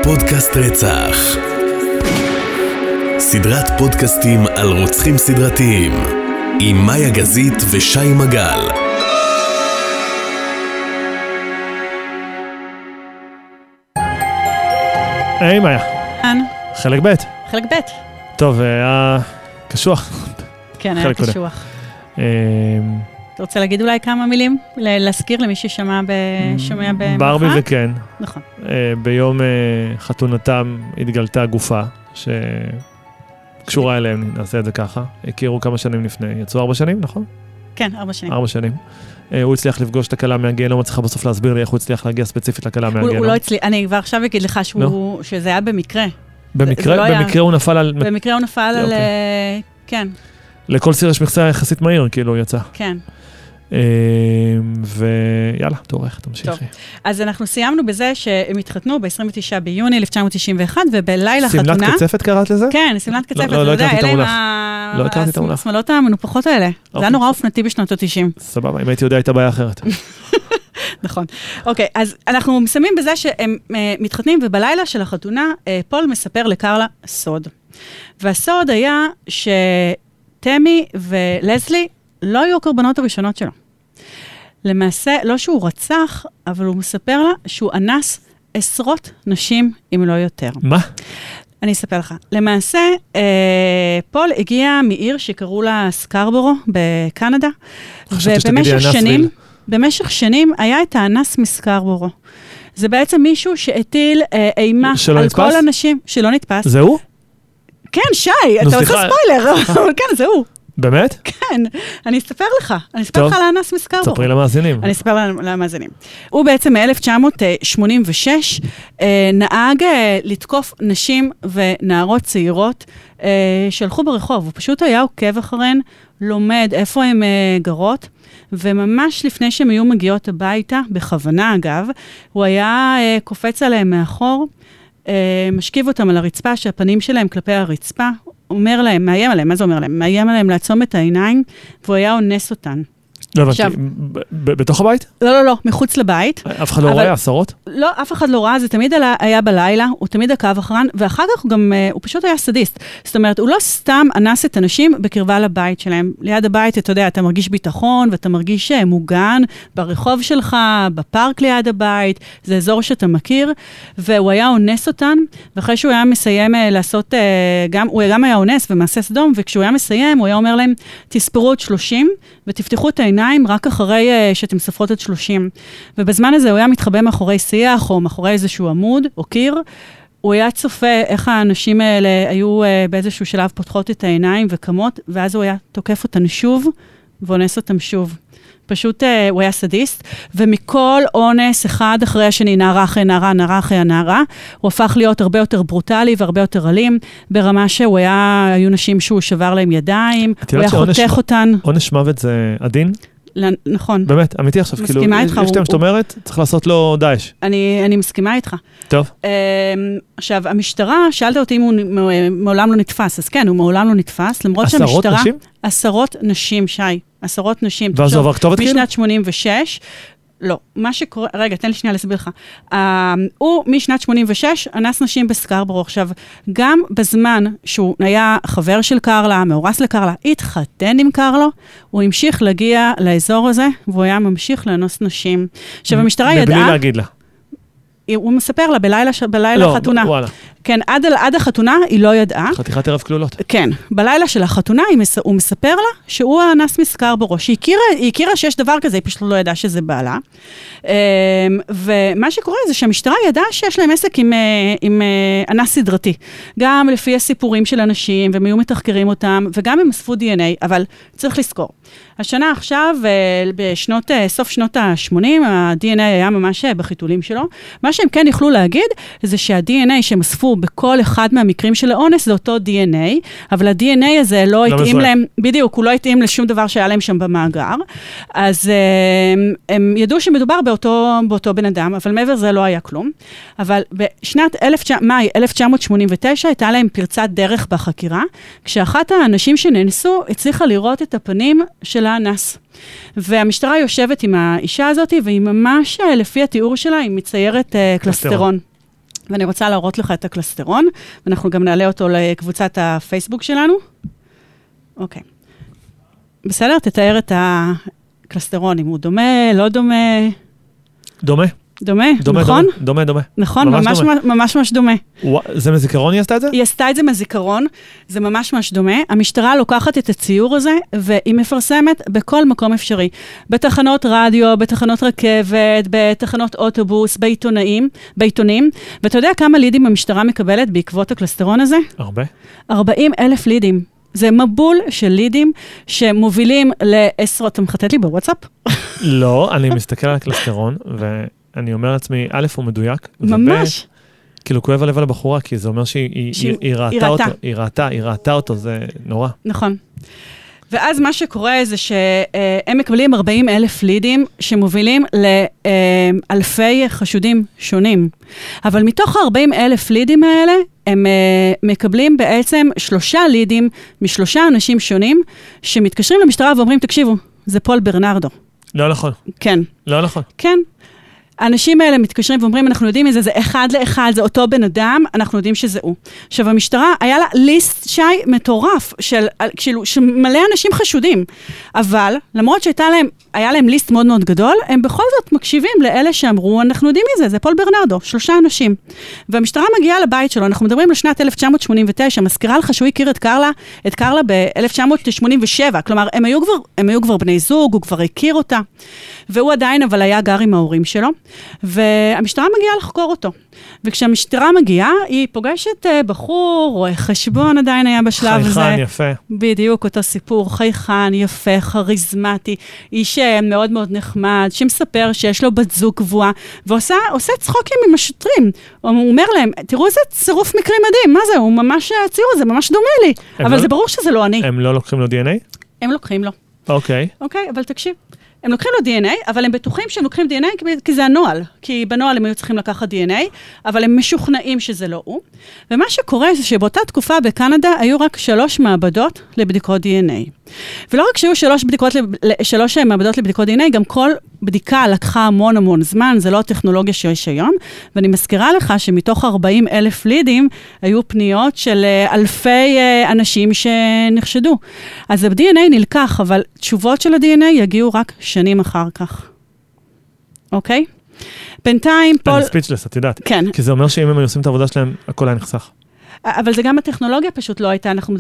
פודקאסט רצח. סדרת פודקאסטים על רוצחים סדרתיים עם מאיה גזית ושי מגל. היי מאיה. חלק ב'. חלק ב'. טוב, היה קשוח. כן, היה קשוח. אתה רוצה להגיד אולי כמה מילים? להזכיר למי ששמע במרחק? ברבי וכן. נכון. ביום חתונתם התגלתה גופה שקשורה אליהם, נעשה את זה ככה. הכירו כמה שנים לפני, יצאו 4 שנים, נכון? כן, 4 שנים. 4 שנים. הוא הצליח לפגוש את הקלה מהגיהנום, לא מצליחה בסוף להסביר לי איך הוא הצליח להגיע ספציפית לקלה מהגיהנום. הוא לא הצליח, אני כבר עכשיו אגיד לך שזה היה במקרה. במקרה הוא נפל על... במקרה הוא נפל על... כן. לכל סיר יש מכסה יחסית מהיר, כאילו הוא יצא. כן. ויאללה, תורך, תמשיכי. אז אנחנו סיימנו בזה שהם התחתנו ב-29 ביוני 1991, ובלילה חתונה... סמלת קצפת קראת לזה? כן, סמלת קצפת. לא הכרתי את המונח. לא הכרתי את המונח. השמלות המנופחות האלה. זה היה נורא אופנתי בשנות ה-90. סבבה, אם הייתי יודע, הייתה בעיה אחרת. נכון. אוקיי, אז אנחנו מסיימים בזה שהם מתחתנים, ובלילה של החתונה, פול מספר לקרלה סוד. והסוד היה שטמי ולזלי לא היו הקורבנות הראשונות שלו. למעשה, לא שהוא רצח, אבל הוא מספר לה שהוא אנס עשרות נשים, אם לא יותר. מה? אני אספר לך. למעשה, פול הגיע מעיר שקראו לה סקרבורו בקנדה, ובמשך שנים היה את האנס מסקרבורו. זה בעצם מישהו שהטיל אימה על כל אנשים שלא נתפס. זה הוא? כן, שי, אתה עושה ספוילר, אבל כן, זה הוא. באמת? כן, אני אספר לך על האנס מסקרבורו. תספרי למאזינים. אני אספר למאזינים. הוא בעצם מ-1986 נהג לתקוף נשים ונערות צעירות שהלכו ברחוב. הוא פשוט היה עוקב אחריהן, לומד איפה הן גרות, וממש לפני שהן היו מגיעות הביתה, בכוונה אגב, הוא היה קופץ עליהן מאחור, משכיב אותם על הרצפה, שהפנים שלהם כלפי הרצפה, אומר להם, מאיים עליהם, מה זה אומר להם? מאיים עליהם לעצום את העיניים, והוא היה אונס אותן. לא הבנתי, בתוך הבית? לא, מחוץ לבית. אף אחד לא רואה, עשרות? לא, אף אחד לא ראה, זה תמיד היה בלילה, הוא תמיד עקב אחרן, ואחר כך הוא פשוט היה סדיסט. זאת אומרת, הוא לא סתם אנס את הנשים בקרבה לבית שלהם. ליד הבית, אתה יודע, אתה מרגיש ביטחון, ואתה מרגיש מוגן ברחוב שלך, בפארק ליד הבית, זה אזור שאתה מכיר, והוא היה אונס אותן, ואחרי שהוא היה מסיים לעשות, הוא גם היה אונס ומעשה סדום, וכשהוא היה מסיים, הוא היה אומר להם, תספרו את 30, ותפתחו את העיניים רק אחרי שאתם ספרות את 30. ובזמן הזה הוא היה מתחבא מאחורי שיח, או מאחורי איזשהו עמוד, או קיר. הוא היה צופה איך האנשים האלה היו באיזשהו שלב פותחות את העיניים וקמות, ואז הוא היה תוקף אותן שוב, ואונס אותם שוב. פשוט הוא היה סדיסט, ומכל אונס אחד אחרי השני, נערה אחרי נערה, נערה אחרי הנערה, הוא הפך להיות הרבה יותר ברוטלי והרבה יותר אלים, ברמה היו נשים שהוא שבר להם ידיים, הוא היה חותך אותן. עונש מוות זה עדין? נכון. באמת, אמיתי עכשיו, כאילו, יש טעם שאת אומרת, צריך לעשות לו דאעש. אני מסכימה איתך. טוב. עכשיו, המשטרה, שאלת אותי אם הוא מעולם לא נתפס, אז כן, הוא מעולם לא נתפס, למרות שהמשטרה... 10 נשים? 10 נשים, שי. 10 נשים. ואז הוא עבר כתובת כאילו? משנת 86, לא, מה שקורה, רגע, תן לי שנייה להסביר לך. הוא משנת 86 אנס נשים בסקרבורו. עכשיו, גם בזמן שהוא היה חבר של קרלה, מאורס לקרלה, התחתן עם קרלו, הוא המשיך להגיע לאזור הזה, והוא היה ממשיך לאנוס נשים. עכשיו, המשטרה ידעה... מבלי להגיד לה. הוא מספר לה בלילה חתונה. וואלה. כן, עד החתונה היא לא ידעה. חתיכת ערב כלולות. כן, בלילה של החתונה הוא מספר לה שהוא האנס מסקרבורו, שהיא הכירה שיש דבר כזה, היא פשוט לא ידעה שזה בעלה. ומה שקורה זה שהמשטרה ידעה שיש להם עסק עם אנס סדרתי. גם לפי הסיפורים של אנשים, והם היו מתחקרים אותם, וגם הם אספו DNA, אבל צריך לזכור. השנה עכשיו, סוף שנות ה-80, ה-DNA היה ממש בחיתולים שלו. מה שהם כן יכלו להגיד, זה שה-DNA שהם אספו בכל אחד מהמקרים של האונס, זה אותו DNA, אבל ה-DNA הזה לא התאים להם, בדיוק, הוא לא התאים לשום דבר שהיה להם שם במאגר. אז הם ידעו שמדובר באותו בן אדם, אבל מעבר זה לא היה כלום. אבל בשנת מאי 1989 הייתה להם פרצת דרך בחקירה, כשאחת האנשים שנאנסו הצליחה לראות את הפנים של האנס. והמשטרה יושבת עם האישה הזאת, והיא ממש, לפי התיאור שלה, היא מציירת קלסטרון. ואני רוצה להראות לך את הקלסטרון, ואנחנו גם נעלה אותו לקבוצת הפייסבוק שלנו. אוקיי. בסדר? תתאר את הקלסטרון, אם הוא דומה, לא דומה. דומה. דומה, נכון? דומה. נכון, ממש דומה. זה מזיכרון היא עשתה את זה? היא עשתה את זה מזיכרון, זה ממש דומה. המשטרה לוקחת את הציור הזה, והיא מפרסמת בכל מקום אפשרי. בתחנות רדיו, בתחנות רכבת, בתחנות אוטובוס, בעיתונים. ואתה יודע כמה לידים המשטרה מקבלת בעקבות הקלסטרון הזה? הרבה. 40,000 לידים. זה מבול של לידים שמובילים לעשרות, אתה מחטט לי בוואטסאפ? לא, אני מסתכל על הקלסטרון, ואני אומר לעצמי, א', הוא מדויק. ממש. כאילו כואב הלב על הבחורה, כי זה אומר שהיא ראתה אותו, זה נורא. נכון. ואז מה שקורה זה שהם מקבלים 40,000 לידים שמובילים לאלפי חשודים שונים. אבל מתוך 40,000 לידים האלה, הם מקבלים בעצם 3 לידים מ3 אנשים שונים, שמתקשרים למשטרה ואומרים, תקשיבו, זה פול ברנרדו. לא נכון. כן. לא נכון. כן. האנשים האלה מתקשרים ואומרים, אנחנו יודעים מזה, זה אחד לאחד, זה אותו בן אדם, אנחנו יודעים שזה הוא. עכשיו, המשטרה, היה לה ליסט שי מטורף, של מלא אנשים חשודים, אבל, למרות היה להם ליסט מאוד מאוד גדול, הם בכל זאת מקשיבים לאלה שאמרו, אנחנו יודעים מזה, זה פול ברנרדו, 3 אנשים. והמשטרה מגיעה לבית שלו, אנחנו מדברים לשנת 1989, מזכירה לך שהוא הכיר את קרלה ב-1987, כלומר, הם היו כבר בני זוג, הוא כבר הכיר אותה, והוא עדיין אבל היה גר עם ההורים שלו, והמשטרה מגיעה לחקור אותו. וכשהמשטרה מגיעה, היא פוגשת בחור, רואה חשבון עדיין היה בשלב הזה. חייכן, יפה. בדיוק, אותו סיפור, חייכן, יפה, כריזמטי, איש מאוד מאוד נחמד, שמספר שיש לו בת זוג קבועה, ועושה צחוקים עם השוטרים. הוא אומר להם, תראו איזה צירוף מקרים מדהים, מה זה? הוא ממש, הציור הזה ממש דומה לי, אבל זה ברור שזה לא אני. הם לא לוקחים לו DNA? הם לוקחים לו. אוקיי. אוקיי, אבל תקשיב. הם לוקחים לו DNA, אבל הם בטוחים שהם לוקחים DNA כי זה הנוהל. כי בנוהל הם היו צריכים לקחת DNA, אבל הם משוכנעים שזה לא הוא. ומה שקורה זה שבאותה תקופה בקנדה היו רק 3 מעבדות לבדיקות DNA. ולא רק שהיו 3 מעבדות לבדיקות DNA, גם כל בדיקה לקחה המון זמן, זה לא הטכנולוגיה שיש היום. ואני מזכירה לך שמתוך 40,000 לידים, היו פניות של אלפי אנשים שנחשדו. אז ה-DNA נלקח, אבל תשובות של ה-DNA יגיעו רק שנים אחר כך. אוקיי? בינתיים פול... אני ספיצ'לס, את יודעת. כן. כי זה אומר שאם הם עושים את העבודה שלהם, הכל היה נחסך. אבל זה גם הטכנולוגיה פשוט לא הייתה, אנחנו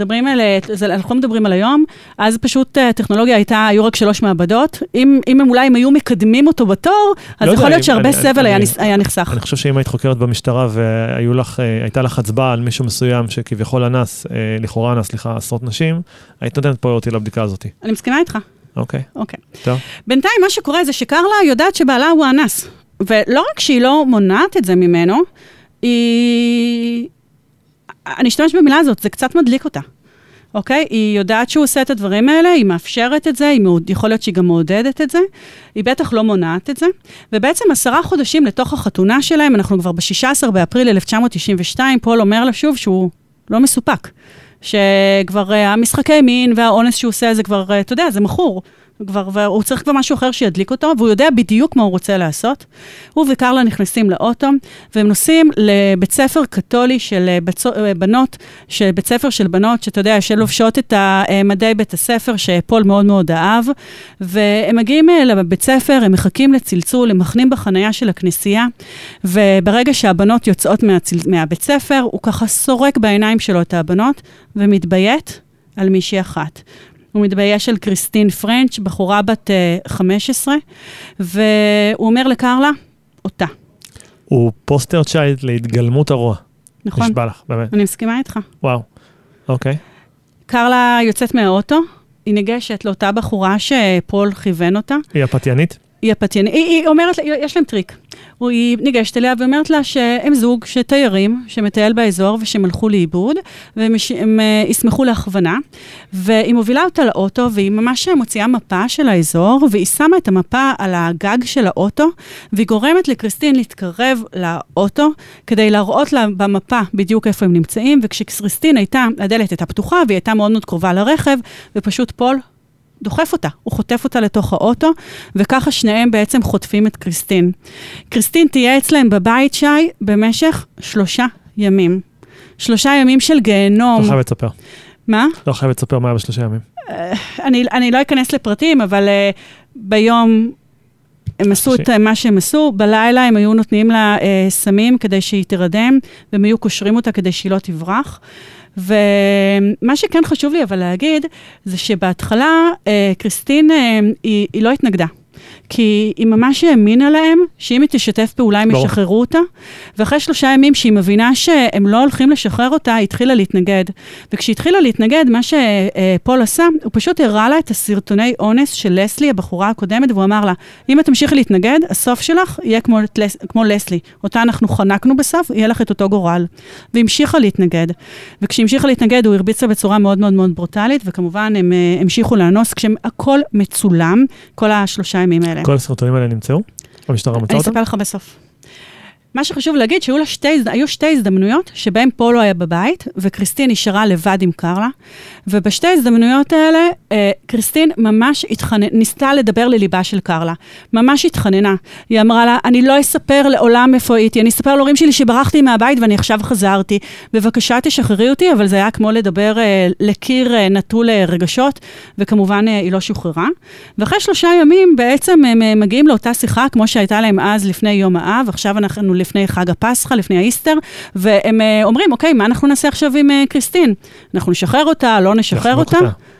לא מדברים על היום, אז פשוט הטכנולוגיה הייתה, היו רק 3 מעבדות, אם הם אולי היו מקדמים אותו בתור, אז יכול להיות שהרבה סבל היה נחסך. אני חושב שאם היית חוקרת במשטרה, והייתה לך הצבעה על מישהו מסוים, שכביכול אנס, לכאורה אנס, עשרות נשים, היית נותנת פה אותי לבדיקה הזאת. אני מסכימה איתך. אוקיי. טוב. בינתיים מה שקורה זה שקרלה יודעת שבעלה הוא האנס, ולא רק שהיא לא מונעת את זה ממנו, אני אשתמש במילה הזאת, זה קצת מדליק אותה, אוקיי? היא יודעת שהוא עושה את הדברים האלה, היא מאפשרת את זה, יכול להיות שהיא גם מעודדת את זה, היא בטח לא מונעת את זה, ובעצם 10 חודשים לתוך החתונה שלהם, אנחנו כבר ב-16 באפריל 1992, פול אומר לה שוב שהוא לא מסופק, שכבר המשחקי מין והאונס שהוא עושה, זה כבר, אתה יודע, זה מכור, הוא צריך כבר משהו אחר שידליק אותו, והוא יודע בדיוק מה הוא רוצה לעשות. הוא וקרלה נכנסים לאוטו, והם נוסעים לבית ספר קתולי של בנות, בית ספר של בנות, שאתה יודע, שלובשות את מדי בית הספר, שפול מאוד מאוד אהב, והם מגיעים לבית ספר, הם מחכים לצלצול, הם מחנים בחנייה של הכנסייה, וברגע שהבנות יוצאות מהבית ספר, הוא ככה סורק בעיניים שלו את הבנות, ומתביית על מישהי אחת. הוא מתבייש על קריסטין פרנץ', בחורה בת 15, והוא אומר לקרלה, אותה. הוא פוסטר צ'יילד להתגלמות הרוע. נכון. נשבע לך, באמת. אני מסכימה איתך. וואו, אוקיי. קרלה יוצאת מהאוטו, היא ניגשת לאותה בחורה שפול כיוון אותה. היא הפתיינית? היא הפתיינית. היא אומרת, יש להם טריק. היא ניגשת אליה ואומרת לה שהם זוג שתיירים, שמטייל באזור ושהם הלכו לאיבוד, והם ישמחו להכוונה, והיא מובילה אותה לאוטו, והיא ממש מוציאה מפה של האזור, והיא שמה את המפה על הגג של האוטו, והיא גורמת לקריסטין להתקרב לאוטו, כדי להראות לה במפה בדיוק איפה הם נמצאים, וכשקריסטין הדלת הייתה פתוחה, והיא הייתה מאוד מאוד קרובה לרכב, ופשוט פול דוחף אותה, הוא חוטף אותה לתוך האוטו, וככה שניהם בעצם חוטפים את קריסטין. קריסטין תהיה אצלם בבית שי במשך 3 ימים. 3 ימים של גיהנום. לא חייב לספר. מה? לא חייב לספר מה היה ב3 ימים. אני לא אכנס לפרטים, אבל ביום הם עשו את מה שהם עשו, בלילה הם היו נותנים לה סמים כדי שהיא תרדם, והם היו קושרים אותה כדי שהיא לא תברח. ומה שכן חשוב לי אבל להגיד, זה שבהתחלה קריסטין היא לא התנגדה. כי היא ממש האמינה להם, שאם היא תשתף פעולה, הם ישחררו אותה, ואחרי 3 ימים שהיא מבינה שהם לא הולכים לשחרר אותה, היא התחילה להתנגד. וכשהיא התחילה להתנגד, מה שפול עשה, הוא פשוט הראה לה את הסרטוני אונס של לסלי, הבחורה הקודמת, והוא אמר לה, אם את תמשיכי להתנגד, הסוף שלך יהיה כמו לסלי. אותה אנחנו חנקנו בסוף, יהיה לך את אותו גורל. והיא המשיכה להתנגד. וכשהיא המשיכה להתנגד, הוא הרביץ לה בצורה מאוד מאוד מאוד ברוטלית, וכמובן הם המשיכו לאנוס, כשהם הכל מצולם, כל 3 ימים האלה. כל הסרטונים האלה נמצאו? המשטרה מצאה אותם? אני אספר לך בסוף. מה שחשוב להגיד, שהיו 2 הזדמנויות שבהן פול לא היה בבית, וקריסטין נשארה לבד עם קרלה, ובשתי הזדמנויות האלה, קריסטין ממש ניסתה לדבר לליבה של קרלה. ממש התחננה. היא אמרה לה, אני לא אספר לעולם איפה הייתי, אני אספר להורים שלי שברחתי מהבית ואני עכשיו חזרתי. בבקשה תשחררי אותי, אבל זה היה כמו לדבר לקיר נטול רגשות, וכמובן היא לא שוחררה. ואחרי 3 ימים בעצם הם מגיעים לאותה שיחה, כמו שהייתה להם אז לפני יום האב, עכשיו אנחנו לפני חג הפסחא, לפני האיסטר, והם אומרים, אוקיי, מה אנחנו נעשה עכשיו עם קריסטין? אנחנו נשחרר אותה, לא נשחרר אותה?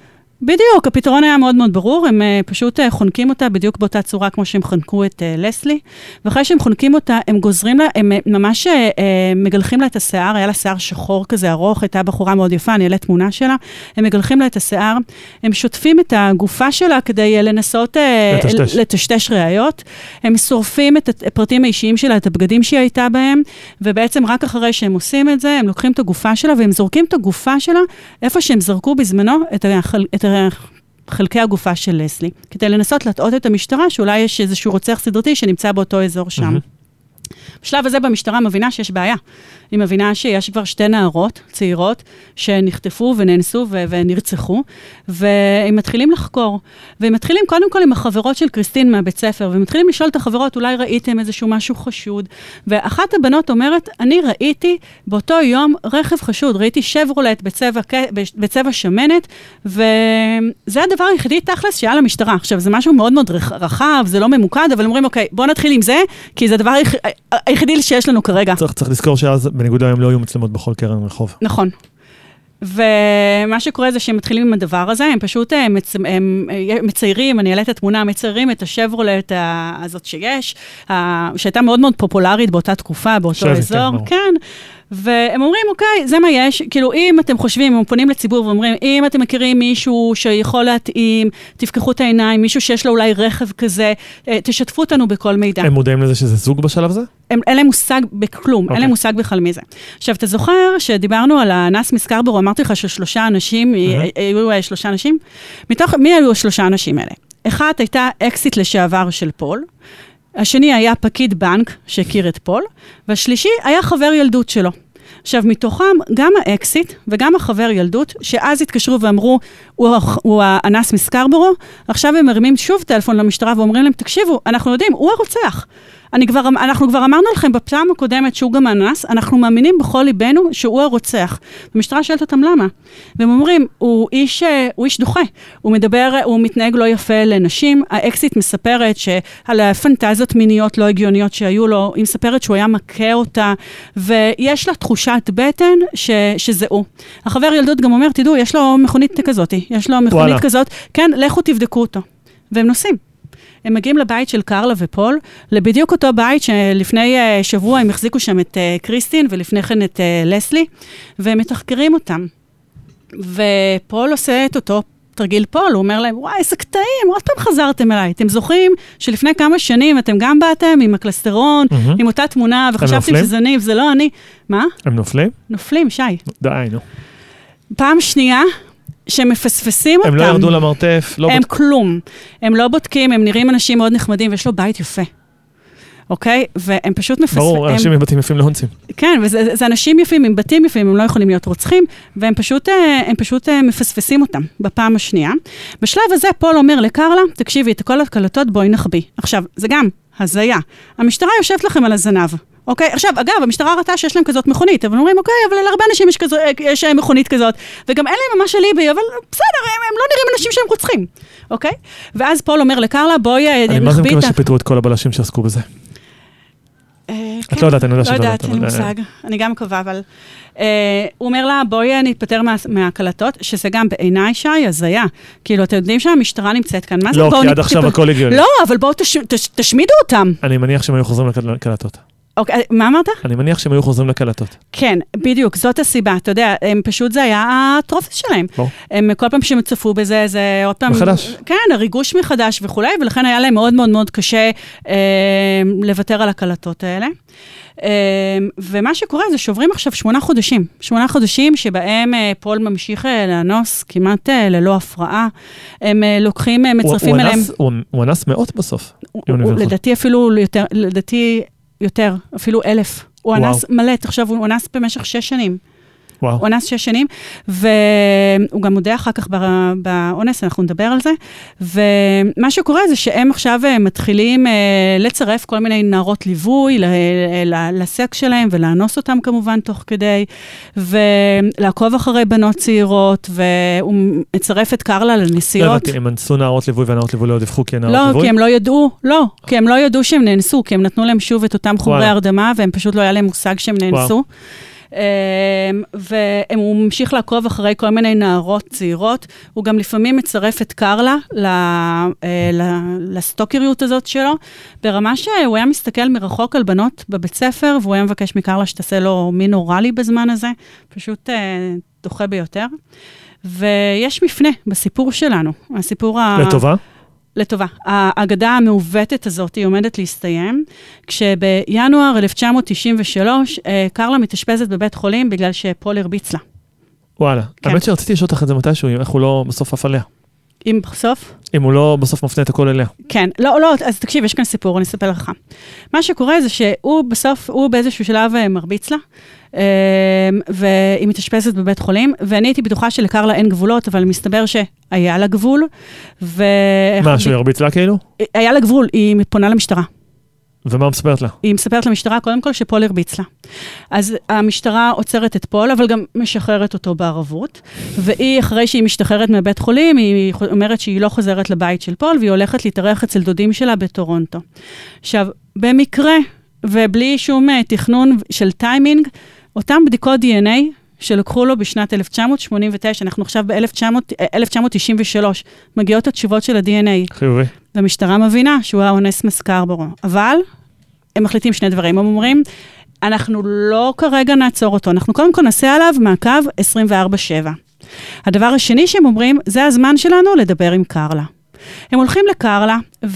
בדיוק, הפתרון היה מאוד מאוד ברור, הם פשוט חונקים אותה בדיוק באותה צורה כמו שהם חנקו את לסלי, ואחרי שהם חונקים אותה, הם גוזרים לה, הם ממש מגלחים לה את השיער, היה לה שיער שחור כזה ארוך, הייתה בחורה מאוד יפה, אני אעלה תמונה שלה, הם מגלחים לה את השיער, הם שוטפים את הגופה שלה כדי לנסות לטשטש ראיות, הם שורפים את הפרטים האישיים שלה, את הבגדים שהיא הייתה בהם, ובעצם רק אחרי שהם עושים את זה, הם לוקחים את הגופה שלה, והם זורקים את הגופה שלה, איפה שהם זרקו בזמנו את חלקי הגופה של לסלי, כדי לנסות להטעות את המשטרה, שאולי יש איזשהו רוצח סדרתי שנמצא באותו אזור שם. בשלב הזה במשטרה מבינה שיש בעיה. היא מבינה שיש כבר 2 נערות צעירות שנחטפו ונאנסו ונרצחו, והם מתחילים לחקור. והם מתחילים קודם כל עם החברות של קריסטין מהבית ספר, והם מתחילים לשאול את החברות, אולי ראיתם איזשהו משהו חשוד. ואחת הבנות אומרת, אני ראיתי באותו יום רכב חשוד, ראיתי שברולט בצבע שמנת, וזה הדבר היחידי תכלס שהיה למשטרה. עכשיו, זה משהו מאוד מאוד רחב, זה לא ממוקד, אבל אומרים, אוקיי, בוא נתחיל עם זה, כי זה הדבר היחידי שיש לנו כרגע. צריך לזכור שאז בניגוד היום לא היו מצלמות בכל קרן רחוב. נכון. ומה שקורה זה שהם מתחילים עם הדבר הזה, הם פשוט מציירים, אני אעלה את התמונה, מציירים את השברולט הזאת שיש, שהייתה מאוד מאוד פופולרית באותה תקופה, באותו אזור. כן. והם אומרים, אוקיי, זה מה יש, כאילו אם אתם חושבים, הם פונים לציבור ואומרים, אם אתם מכירים מישהו שיכול להתאים, תפקחו את העיניים, מישהו שיש לו אולי רכב כזה, תשתפו אותנו בכל מידע. הם מודעים לזה שזה זוג בשלב הזה? אין להם מושג בכלום, אין להם מושג בכלל מזה. עכשיו, אתה זוכר שדיברנו על הנס מסקרבורו, אמרתי לך ש3 אנשים, היו 3 אנשים? מי היו 3 אנשים האלה? אחת הייתה אקסיט לשעבר של פול, השני היה פקיד בנק שהכיר את פול, והשלישי היה חבר ילדות שלו. עכשיו, מתוכם גם האקסיט וגם החבר ילדות, שאז התקשרו ואמרו, הוא האנס מסקרבורו, עכשיו הם מרימים שוב טלפון למשטרה ואומרים להם, תקשיבו, אנחנו יודעים, הוא הרוצח. אנחנו כבר אמרנו לכם בפעם הקודמת שהוא גם האנס, אנחנו מאמינים בכל ליבנו שהוא הרוצח. המשטרה שואלת אותם למה. והם אומרים, הוא איש דוחה. הוא מתנהג לא יפה לנשים. האקסיט מספרת שעל הפנטזיות מיניות לא הגיוניות שהיו לו, היא מספרת שהוא היה מכה אותה, ויש לה תחושת בטן שזה הוא. החבר ילדות גם אומר, תדעו, יש לו מכונית כזאת, יש לו מכונית כזאת, כן, לכו תבדקו אותו. והם נוסעים. הם מגיעים לבית של קרלה ופול, לבדיוק אותו בית שלפני שבוע הם החזיקו שם את קריסטין, ולפני כן את לסלי, והם מתחקרים אותם. ופול עושה את אותו תרגיל פול, הוא אומר להם, וואי, איזה קטעים, עוד פעם חזרתם אליי. אתם זוכרים שלפני כמה שנים אתם גם באתם עם הקלסטרון, עם אותה תמונה, וחשבתם שזה ניב, זה לא אני. מה? הם נופלים? נופלים, שי. די, נו. פעם שנייה, שמפספסים אותם. הם לא ירדו למרתף, לא הם כלום. הם לא בודקים, הם נראים אנשים מאוד נחמדים, ויש לו בית יפה. אוקיי? והם פשוט ברור, אנשים עם בתים יפים לא אונסים. כן, וזה אנשים יפים עם בתים יפים, הם לא יכולים להיות רוצחים, והם פשוט מפספסים אותם בפעם השנייה. בשלב הזה פול אומר לקרלה, תקשיבי, את כל הקלטות בואי נחביא. עכשיו, זה גם הזיה. המשטרה יושבת לכם על הזנב. אוקיי, עכשיו, אגב, המשטרה ראתה שיש להם כזאת מכונית, אבל אומרים, אוקיי, אבל להרבה אנשים יש מכונית כזאת, וגם אין להם ממש אליבי, אבל בסדר, הם לא נראים אנשים שהם רוצחים, אוקיי? ואז פול אומר לקרלה, בואי נחביא את... אני מה זה מקווה שפיתרו את כל הבלשים שעסקו בזה? את לא יודעת, אני יודע שאת לא יודעת. אין לי מושג, אני גם מקווה, אבל... הוא אומר לה, בואי נתפטר מהקלטות, שזה גם בעיניי שי, הזיה. כאילו, אתם יודעים שהמשטרה נמצאת כאן, מה זה? לא, כי עד עכשיו הכל הגיוני. לא, אבל בואו תשמידו אותם. אני מניח שהם היו חוזרים לקלטות. אוקיי, מה אמרת? אני מניח שהם היו חוזרים לקלטות. כן, בדיוק, זאת הסיבה. אתה יודע, הם פשוט, זה היה הטרופס שלהם. הם כל פעם שהם צפו בזה, זה עוד פעם... מחדש. כן, הריגוש מחדש וכו', ולכן היה להם מאוד מאוד מאוד קשה לוותר על הקלטות האלה. ומה שקורה זה שוברים עכשיו 8 חודשים. 8 חודשים שבהם פול ממשיך לאנוס כמעט ללא הפרעה. הם לוקחים, מצרפים אליהם... הוא אנס מאות בסוף. לדעתי אפילו יותר, יותר, אפילו 1,000. הוא אנס מלא, עכשיו הוא אנס במשך 6 שנים. הוא אנס 6 שנים, והוא גם מודה אחר כך באונס, אנחנו נדבר על זה, ומה שקורה זה שהם עכשיו מתחילים לצרף כל מיני נערות ליווי לסקס שלהם, ולאנוס אותם כמובן תוך כדי, ולעקוב אחרי בנות צעירות, והוא מצרף את קרלה לנסיעות. הם אנסו נערות ליווי, והנערות ליווי לא דיווחו כי הן נערות ליווי? לא, כי הם לא ידעו שהם נאנסו, כי הם נתנו להם שוב את אותם חומרי הרדמה, והם פשוט לא היה להם מושג שהם נאנסו. והוא ממשיך לעקוב אחרי כל מיני נערות צעירות, הוא גם לפעמים מצרף את קרלה לסטוקריות הזאת שלו, ברמה שהוא היה מסתכל מרחוק על בנות בבית ספר, והוא היה מבקש מקרלה שתעשה לו מין אורלי בזמן הזה, פשוט דוחה ביותר. ויש מפנה בסיפור שלנו, הסיפור לטובה? לטובה. האגדה המעוותת הזאת היא עומדת להסתיים, כשבינואר 1993, קרלה מתאשפזת בבית חולים בגלל שפול הרביץ לה. וואלה. האמת שרציתי לשאול אותך את זה מתישהו, איך הוא לא בסוף עף עליה. אם בסוף? אם הוא לא בסוף מפנה את הכל אליה. כן. לא, אז תקשיב, יש כאן סיפור, אני אספר לך. מה שקורה זה שהוא בסוף, הוא באיזשהו שלב מרביץ לה, והיא מתאשפזת בבית חולים, ואני הייתי בטוחה שלקרלה אין גבולות, אבל מסתבר שהיה לה גבול, מה, שהוא ירביץ לה כאילו? היה לה גבול, היא פונה למשטרה. ומה מספרת לה? היא מספרת למשטרה, קודם כל, שפול הרביץ לה. אז המשטרה עוצרת את פול, אבל גם משחררת אותו בערבות, והיא, אחרי שהיא משתחררת מבית חולים, היא אומרת שהיא לא חוזרת לבית של פול, והיא הולכת להתארח אצל דודים שלה בטורונטו. עכשיו, במקרה, ובלי שום תכנון של טיימינג, אותם בדיקות DNA שלקחו לו בשנת 1989, אנחנו עכשיו ב-1993, מגיעות התשובות של ה-DNA. חיובי. והמשטרה מבינה שהוא האונס מסקרבורו. אבל הם מחליטים 2 דברים. הם אומרים, אנחנו לא כרגע נעצור אותו, אנחנו קודם כל נעשה עליו מעקב 24/7. הדבר השני שהם אומרים, זה הזמן שלנו לדבר עם קרלה. הם הולכים לקרלה,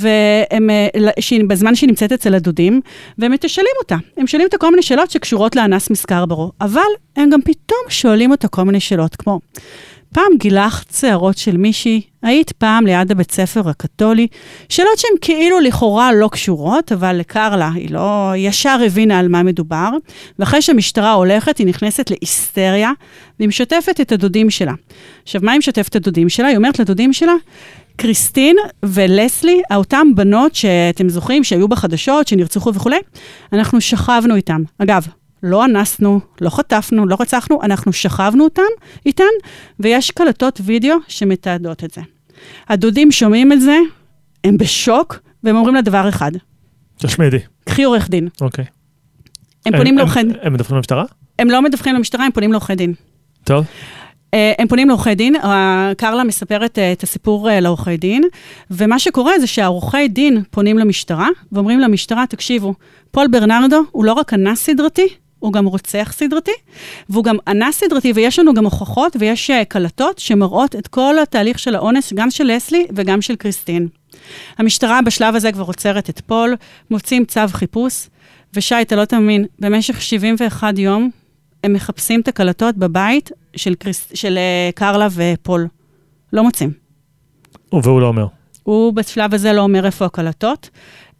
בזמן שהיא נמצאת אצל הדודים, והם מתשאלים אותה. הם שואלים אותה כל מיני שאלות שקשורות לאנס מסקרבורו, אבל הם גם פתאום שואלים אותה כל מיני שאלות, כמו, פעם גילחת שערות של מישהי, היית פעם ליד הבית ספר הקתולי, שאלות שהן כאילו לכאורה לא קשורות, אבל לקרלה היא לא ישר הבינה על מה מדובר, ואחרי שהמשטרה הולכת, היא נכנסת להיסטריה, והיא משתפת את הדודים שלה. עכשיו, מה היא משתפת את הדודים שלה? היא אומרת לדודים שלה, קריסטין ולסלי, אותם בנות שאתם זוכרים, שהיו בחדשות, שנרצחו וכו', אנחנו שכבנו איתם. אגב, לא אנסנו, לא חטפנו, לא רצחנו, אנחנו שכבנו איתן, ויש קלטות וידאו שמתעדות את זה. הדודים שומעים את זה, הם בשוק, והם אומרים לדבר אחד. תשמידי. קחי עורך דין. אוקיי. הם פונים לעורכי דין. הם מדווחים למשטרה? הם לא מדווחים למשטרה, הם פונים לעורכי דין. טוב. הם פונים לעורכי דין, קרלה מספרת את הסיפור לעורכי דין, ומה שקורה זה שהעורכי דין פונים למשטרה, ואומרים למשטרה, תקשיבו, פול ברנרדו הוא לא רק אנס סדרתי, הוא גם רוצח סדרתי, והוא גם אנס סדרתי, ויש לנו גם הוכחות, ויש קלטות שמראות את כל התהליך של האונס, גם של לסלי וגם של קריסטין. המשטרה בשלב הזה כבר עוצרת את פול, מוצאים צו חיפוש, ושי, אתה לא תאמין, במשך 71 יום, הם מחפשים את הקלטות בבית של קרלה ופול. לא מוצאים. והוא לא אומר. הוא בשלב הזה לא אומר איפה הקלטות.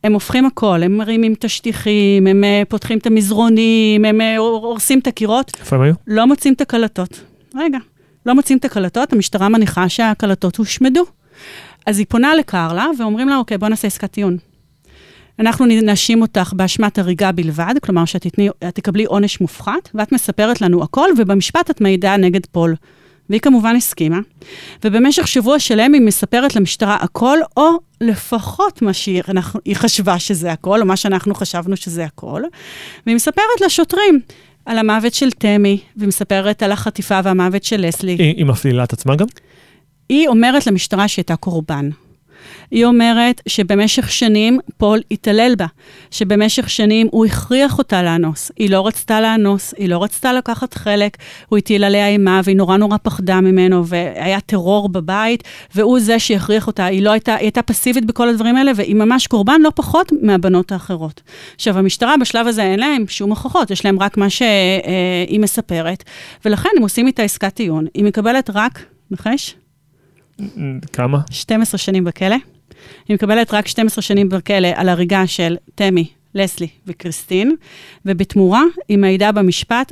הם הופכים הכל, הם מרימים את השטיחים, הם פותחים את המזרונים, הם הורסים את הקירות. איפה הם היו? לא מוצאים את הקלטות. רגע, לא מוצאים את הקלטות, המשטרה מניחה שהקלטות הושמדו. אז היא פונה לקרלה, ואומרים לה, אוקיי, בוא נעשה עסקת טיעון. אנחנו נאשים אותך באשמת הריגה בלבד, כלומר שאת תקבלי עונש מופחת, ואת מספרת לנו הכל, ובמשפט את מעידה נגד פול. והיא כמובן הסכימה, ובמשך שבוע שלם היא מספרת למשטרה הכל, או לפחות מה שהיא חשבה שזה הכל, או מה שאנחנו חשבנו שזה הכל, והיא מספרת לשוטרים על המוות של תמי, והיא מספרת על החטיפה והמוות של לסלי. היא מפלילה את עצמה גם? היא אומרת למשטרה שהייתה קורבן. היא אומרת שבמשך שנים פול התעלל בה, שבמשך שנים הוא הכריח אותה לאנוס. היא לא רצתה לאנוס, היא לא רצתה לקחת חלק, הוא הטיל עליה אימה, והיא נורא פחדה ממנו, והיה טרור בבית, והוא זה שהכריח אותה. היא הייתה פסיבית בכל הדברים האלה, והיא ממש קורבן לא פחות מהבנות האחרות. עכשיו, המשטרה בשלב הזה אין להם שום הוכחות, יש להם רק מה שהיא מספרת, ולכן הם עושים איתה עסקת טיעון. היא מקבלת רק, נחש? כמה? 12 שנים בכלא. היא מקבלת רק 12 שנים בכלא על הריגה של תמי, לסלי וקריסטין, ובתמורה היא מעידה במשפט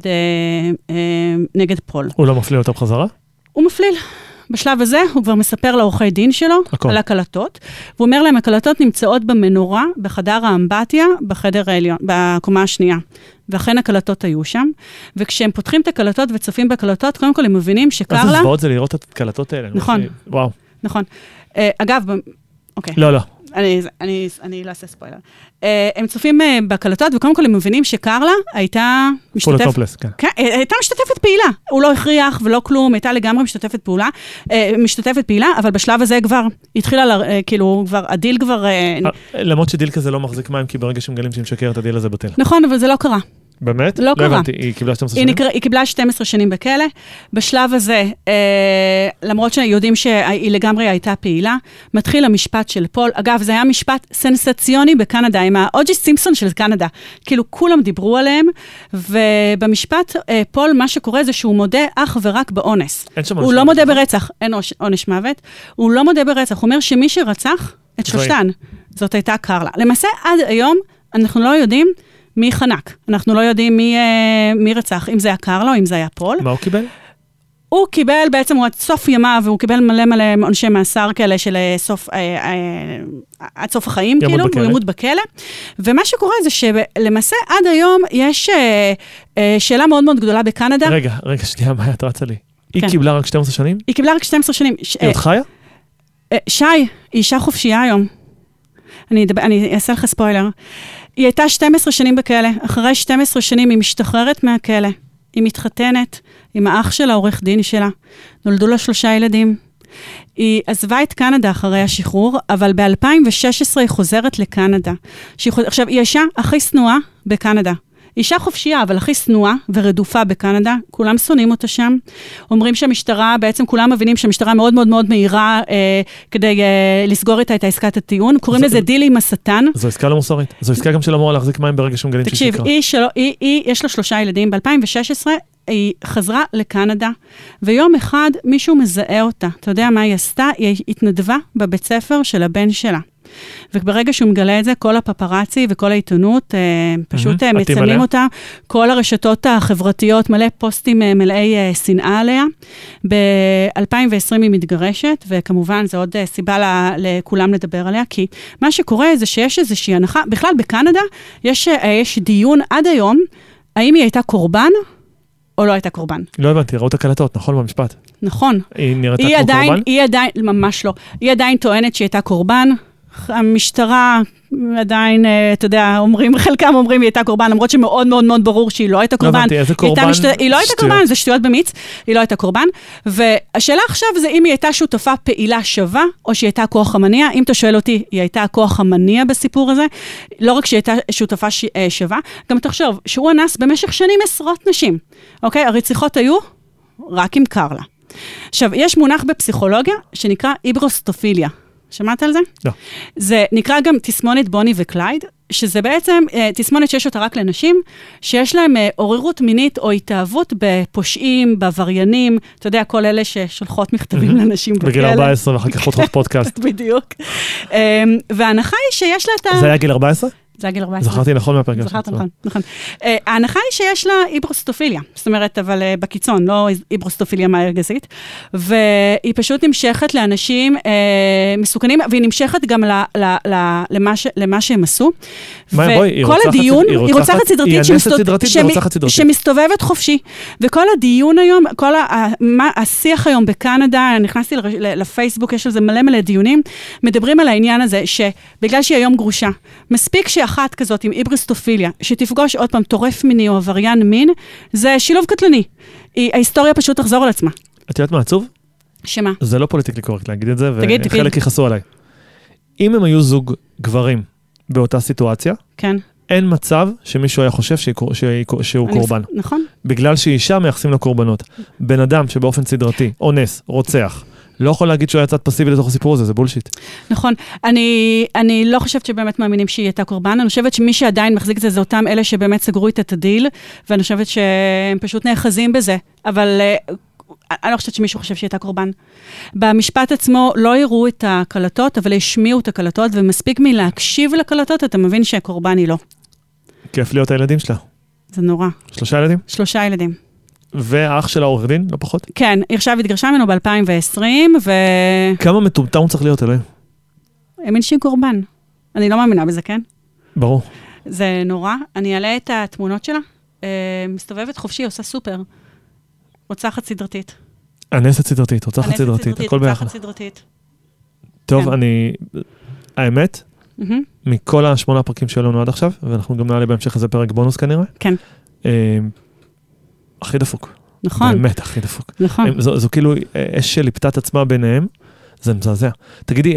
נגד פול. הוא לא מפליל אותה בחזרה? הוא מפליל. בשלב הזה הוא כבר מספר לעורכי דין שלו על הקלטות, והוא אומר להם, הקלטות נמצאות במנורה, בחדר האמבטיה, בחדר העליון, בקומה השנייה. ואכן הקלטות היו שם, וכשהם פותחים את הקלטות וצופים בקלטות, קודם כל הם מבינים שקרלה... אז זוועות זה לראות את הקלטות האלה. נכון. וואו. נכון. אגב, אוקיי. לא. אני לא אעשה ספוילר. הם צופים בקלטות, וקודם כל הם מבינים שקרלה הייתה משתתפת... פולוטופלס, כן. כן, הייתה משתתפת פעילה. הוא לא הכריח ולא כלום, הייתה לגמרי משתתפת פעילה, אבל בשלב הזה כבר התחילה, כאילו, כבר, הדיל כבר... למרות שדיל כזה לא מחזיק מים, כי ברגע שמגלים שהיא משקרת, הדיל הזה בטל. נכון, אבל זה לא קרה. באמת? לא קרה. הבנתי, היא קיבלה 12 שנים? היא קיבלה 12 שנים בכלא. בשלב הזה, למרות שיודעים שהיא לגמרי הייתה פעילה, מתחיל המשפט של פול. אגב, זה היה משפט סנסציוני בקנדה, עם האוג'י סימפסון של קנדה. כאילו, כולם דיברו עליהם, ובמשפט פול, מה שקורה זה שהוא מודה אך ורק באונס. הוא לא מודה ברצח, אין עונש מוות. הוא לא מודה ברצח, הוא אומר שמי שרצח את שלושתן, זאת הייתה קרלה. למעשה, עד היום, אנחנו לא יודעים מי חנק. אנחנו לא יודעים מי רצח, אם זה היה קרלה או אם זה היה פול. מה הוא קיבל? הוא קיבל בעצם, הוא עד סוף ימיו, והוא קיבל מלא עונשי מאסר כאלה של עד סוף החיים, כאילו, הוא ימות בכלא. ומה שקורה זה שלמעשה עד היום יש שאלה מאוד מאוד גדולה בקנדה. רגע, שנייה, מה את רצה לי? היא קיבלה רק 12 שנים? היא קיבלה רק 12 שנים. היא עוד חיה? שי, היא אישה חופשייה היום. אני אעשה לך ספוילר. היא הייתה 12 שנים בכלא. אחרי 12 שנים היא משתחררת מהכלא. היא מתחתנת עם האח של העורך דין שלה. נולדו לה 3 ילדים. היא עזבה את קנדה אחרי השחרור, אבל ב-2016 היא חוזרת לקנדה. עכשיו, היא האישה הכי שנואה בקנדה. אישה חופשייה, אבל הכי שנואה ורדופה בקנדה, כולם שונאים אותה שם. אומרים שהמשטרה, בעצם כולם מבינים שהמשטרה מאוד מאוד מאוד מהירה כדי לסגור איתה את העסקת הטיעון. קוראים לזה דיל עם השטן. זו עסקה לא מוסרית. זו עסקה גם של אמורה להחזיק מים ברגע שמגלים שהיא שקרה. תקשיב, יש לה 3 ילדים. ב-2016 היא חזרה לקנדה, ויום אחד מישהו מזהה אותה. אתה יודע מה היא עשתה? היא התנדבה בבית ספר של הבן שלה. וברגע שהוא מגלה את זה, כל הפפרצי וכל העיתונות פשוט מצלמים אותה. כל הרשתות החברתיות מלא פוסטים מלאי שנאה עליה. ב-2020 היא מתגרשת, וכמובן זו עוד סיבה לכולם לדבר עליה, כי מה שקורה זה שיש איזושהי הנחה, בכלל בקנדה יש דיון עד היום, האם היא הייתה קורבן או לא הייתה קורבן. לא הבנתי, ראו את הקלטות, נכון במשפט? נכון. היא נראתה כמו קורבן? היא עדיין, ממש לא. היא עדיין טוענת שהיא הייתה קורבן. המשטרה עדיין, אתה יודע, חלקם אומרים היא הייתה קורבן, למרות שמאוד מאוד מאוד ברור שהיא לא הייתה קורבן. לא הבנתי, איזה קורבן? היא לא הייתה קורבן, זה שטויות במיץ, היא לא הייתה קורבן. והשאלה עכשיו זה אם היא הייתה שותפה פעילה שווה, או שהיא הייתה כוח המניע. אם אתה שואל אותי, היא הייתה כוח המניע בסיפור הזה, לא רק שהיא הייתה שותפה שווה, גם תחשוב, שהוא אנס במשך שנים 10 נשים. אוקיי? הרציחות היו רק עם קרלה. עכשיו, יש מונח בפסיכולוגיה שנקרא היברוסטופיליה. שמעת על זה? לא. זה נקרא גם תסמונת בוני וקלייד, שזה בעצם תסמונת שיש אותה רק לנשים, שיש להם עוררות מינית או התאהבות בפושעים, בעבריינים, אתה יודע, כל אלה ששולחות מכתבים לנשים בכלא. בגיל 14 ואחר כך פותחות פודקאסט. בדיוק. וההנחה היא שיש לה את ה... זה היה גיל 14? זה היה גיל 14. זכרתי נכון מהפרק. זכרת נכון. ההנחה היא שיש לה היברוסטופיליה, זאת אומרת, אבל בקיצון, לא היברוסטופיליה מאיה-גזית, והיא פשוט נמשכת לאנשים מסוכנים, והיא נמשכת גם למה שהם עשו. וכל הדיון, היא רוצחת סדרתית שמסתובבת חופשי, וכל הדיון היום, כל השיח היום בקנדה, נכנסתי לפייסבוק, יש על זה מלא דיונים, מדברים על העניין הזה, שבגלל שהיא היום גרושה, מספיק אחת כזאת עם היברוסטופיליה, שתפגוש עוד פעם טורף מיני או עבריין מין, זה שילוב קטלני. ההיסטוריה פשוט תחזור על עצמה. את יודעת מה עצוב? שמה? זה לא פוליטיקלי קורקט להגיד את זה, תגיד. וחלק יכעסו עליי. אם הם היו זוג גברים באותה סיטואציה, כן. אין מצב שמישהו היה חושב שהוא קורבן. נכון. בגלל שאישה מייחסים לקורבנות. בן אדם שבאופן סדרתי, אונס, רוצח, לא יכול להגיד שהוא היה צד פסיבי לתוך הסיפור הזה, זה בולשיט. נכון. אני לא חושבת שבאמת מאמינים שהיא הייתה קורבן, אני חושבת שמי שעדיין מחזיק את זה, זה אותם אלה שבאמת סגרו את הדיל, ואני חושבת שהם פשוט נאחזים בזה, אבל אני לא חושבת שמישהו חושב שהיא הייתה קורבן. במשפט עצמו לא יראו את הקלטות, אבל השמיעו את הקלטות, ומספיק מלהקשיב לקלטות, אתה מבין שהקורבן היא לא. כיף להיות הילדים שלה. זה נורא. 3 ילדים? 3 ילדים. והאח של העורך דין, לא פחות? כן, היא עכשיו התגרשה ממנו ב-2020, כמה מטומטם הוא צריך להיות אלוהים? האמין שהיא קורבן. אני לא מאמינה בזה, כן? ברור. זה נורא. אני אעלה את התמונות שלה. מסתובבת חופשי, עושה סופר. רוצחת סדרתית. אנסת סדרתית, רוצחת סדרתית, הכל ביחד. רוצחת סדרתית. טוב, האמת, מכל 8 הפרקים שלנו עד עכשיו, ואנחנו גם נעלה בהמשך איזה פרק בונוס כנראה. כן. הכי דפוק. נכון. באמת, הכי דפוק. נכון. זו כאילו אש שליפתת עצמה ביניהם, זה מזעזע. תגידי,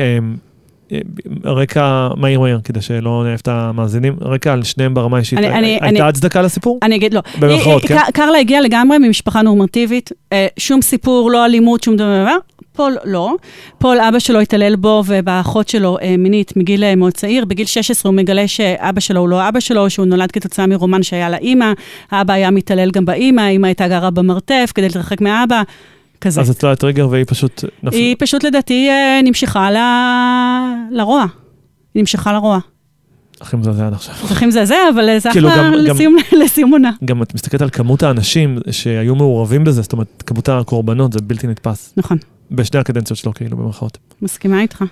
רקע מהיר, כדי שלא נעף את המאזינים, רקע על שניהם ברמה אישית, הייתה הצדקה לסיפור? אני אגיד, לא. במרכאות, כן? קרלה הגיעה לגמרי ממשפחה נורמטיבית, שום סיפור, לא אלימות, שום דבר. פול לא. פול, אבא שלו התעלל בו ובאחות שלו מינית מגיל מאוד צעיר. בגיל 16 הוא מגלה שאבא שלו הוא לא אבא שלו, שהוא נולד כתוצאה מרומן שהיה לה אימא. האבא היה מתעלל גם באימא, האימא הייתה גרה במרתף כדי להתרחק מהאבא. כזה. אז את לא הטריגר והיא פשוט נפלה. היא פשוט לדעתי נמשכה לרוע. היא נמשכה לרוע. הכי מזעזע עד עכשיו. הכי מזעזע, אבל זה אחלה לסיום עונה. גם את מסתכלת על כמות האנשים שהיו מעורבים בזה, זאת אומרת, כמות הקורבנות, זה בלתי נתפס. נכון. בשני הקדנציות שלו, כאילו, במרכאות. מסכימה איתך.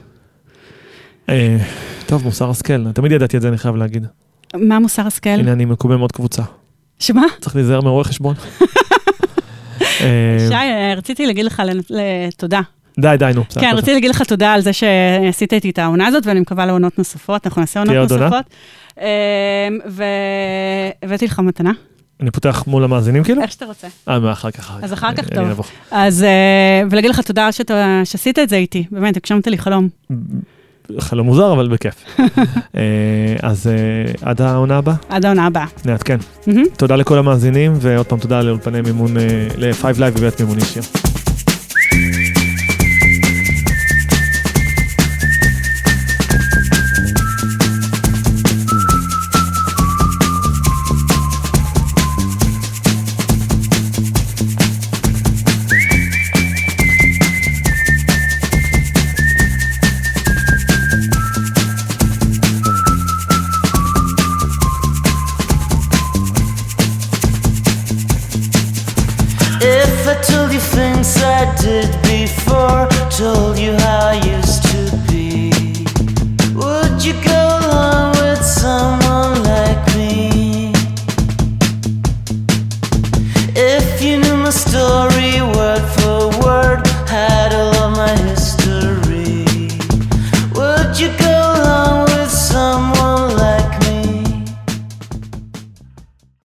טוב, מוסר השכל. תמיד ידעתי את זה, אני חייב להגיד. מה מוסר השכל? הנה, אני מקומם עוד קבוצה. שמה? צריך להיזהר מרואה חשבון. שי, רציתי להגיד לך תודה. די, נו. כן, רציתי להגיד לך תודה על זה שעשית איתי את העונה הזאת, ואני מקווה לעונות נוספות, אנחנו נעשה עונות נוספות. והבאתי לך מתנה. אני פותח מול המאזינים כאילו? איך שאתה רוצה. אחר כך. אז אחר כך טוב. אז, ולהגיד לך תודה שעשית את זה איתי, באמת, הגשמת לי חלום. חלום מוזר, אבל בכיף. אז עד העונה הבאה? עד העונה הבאה. נעדכן. תודה לכל המאזינים, ועוד פעם תודה לאולפני מימון, ל-5 Live ובית מימון ישיר. If I told you things I did before, told you how I used to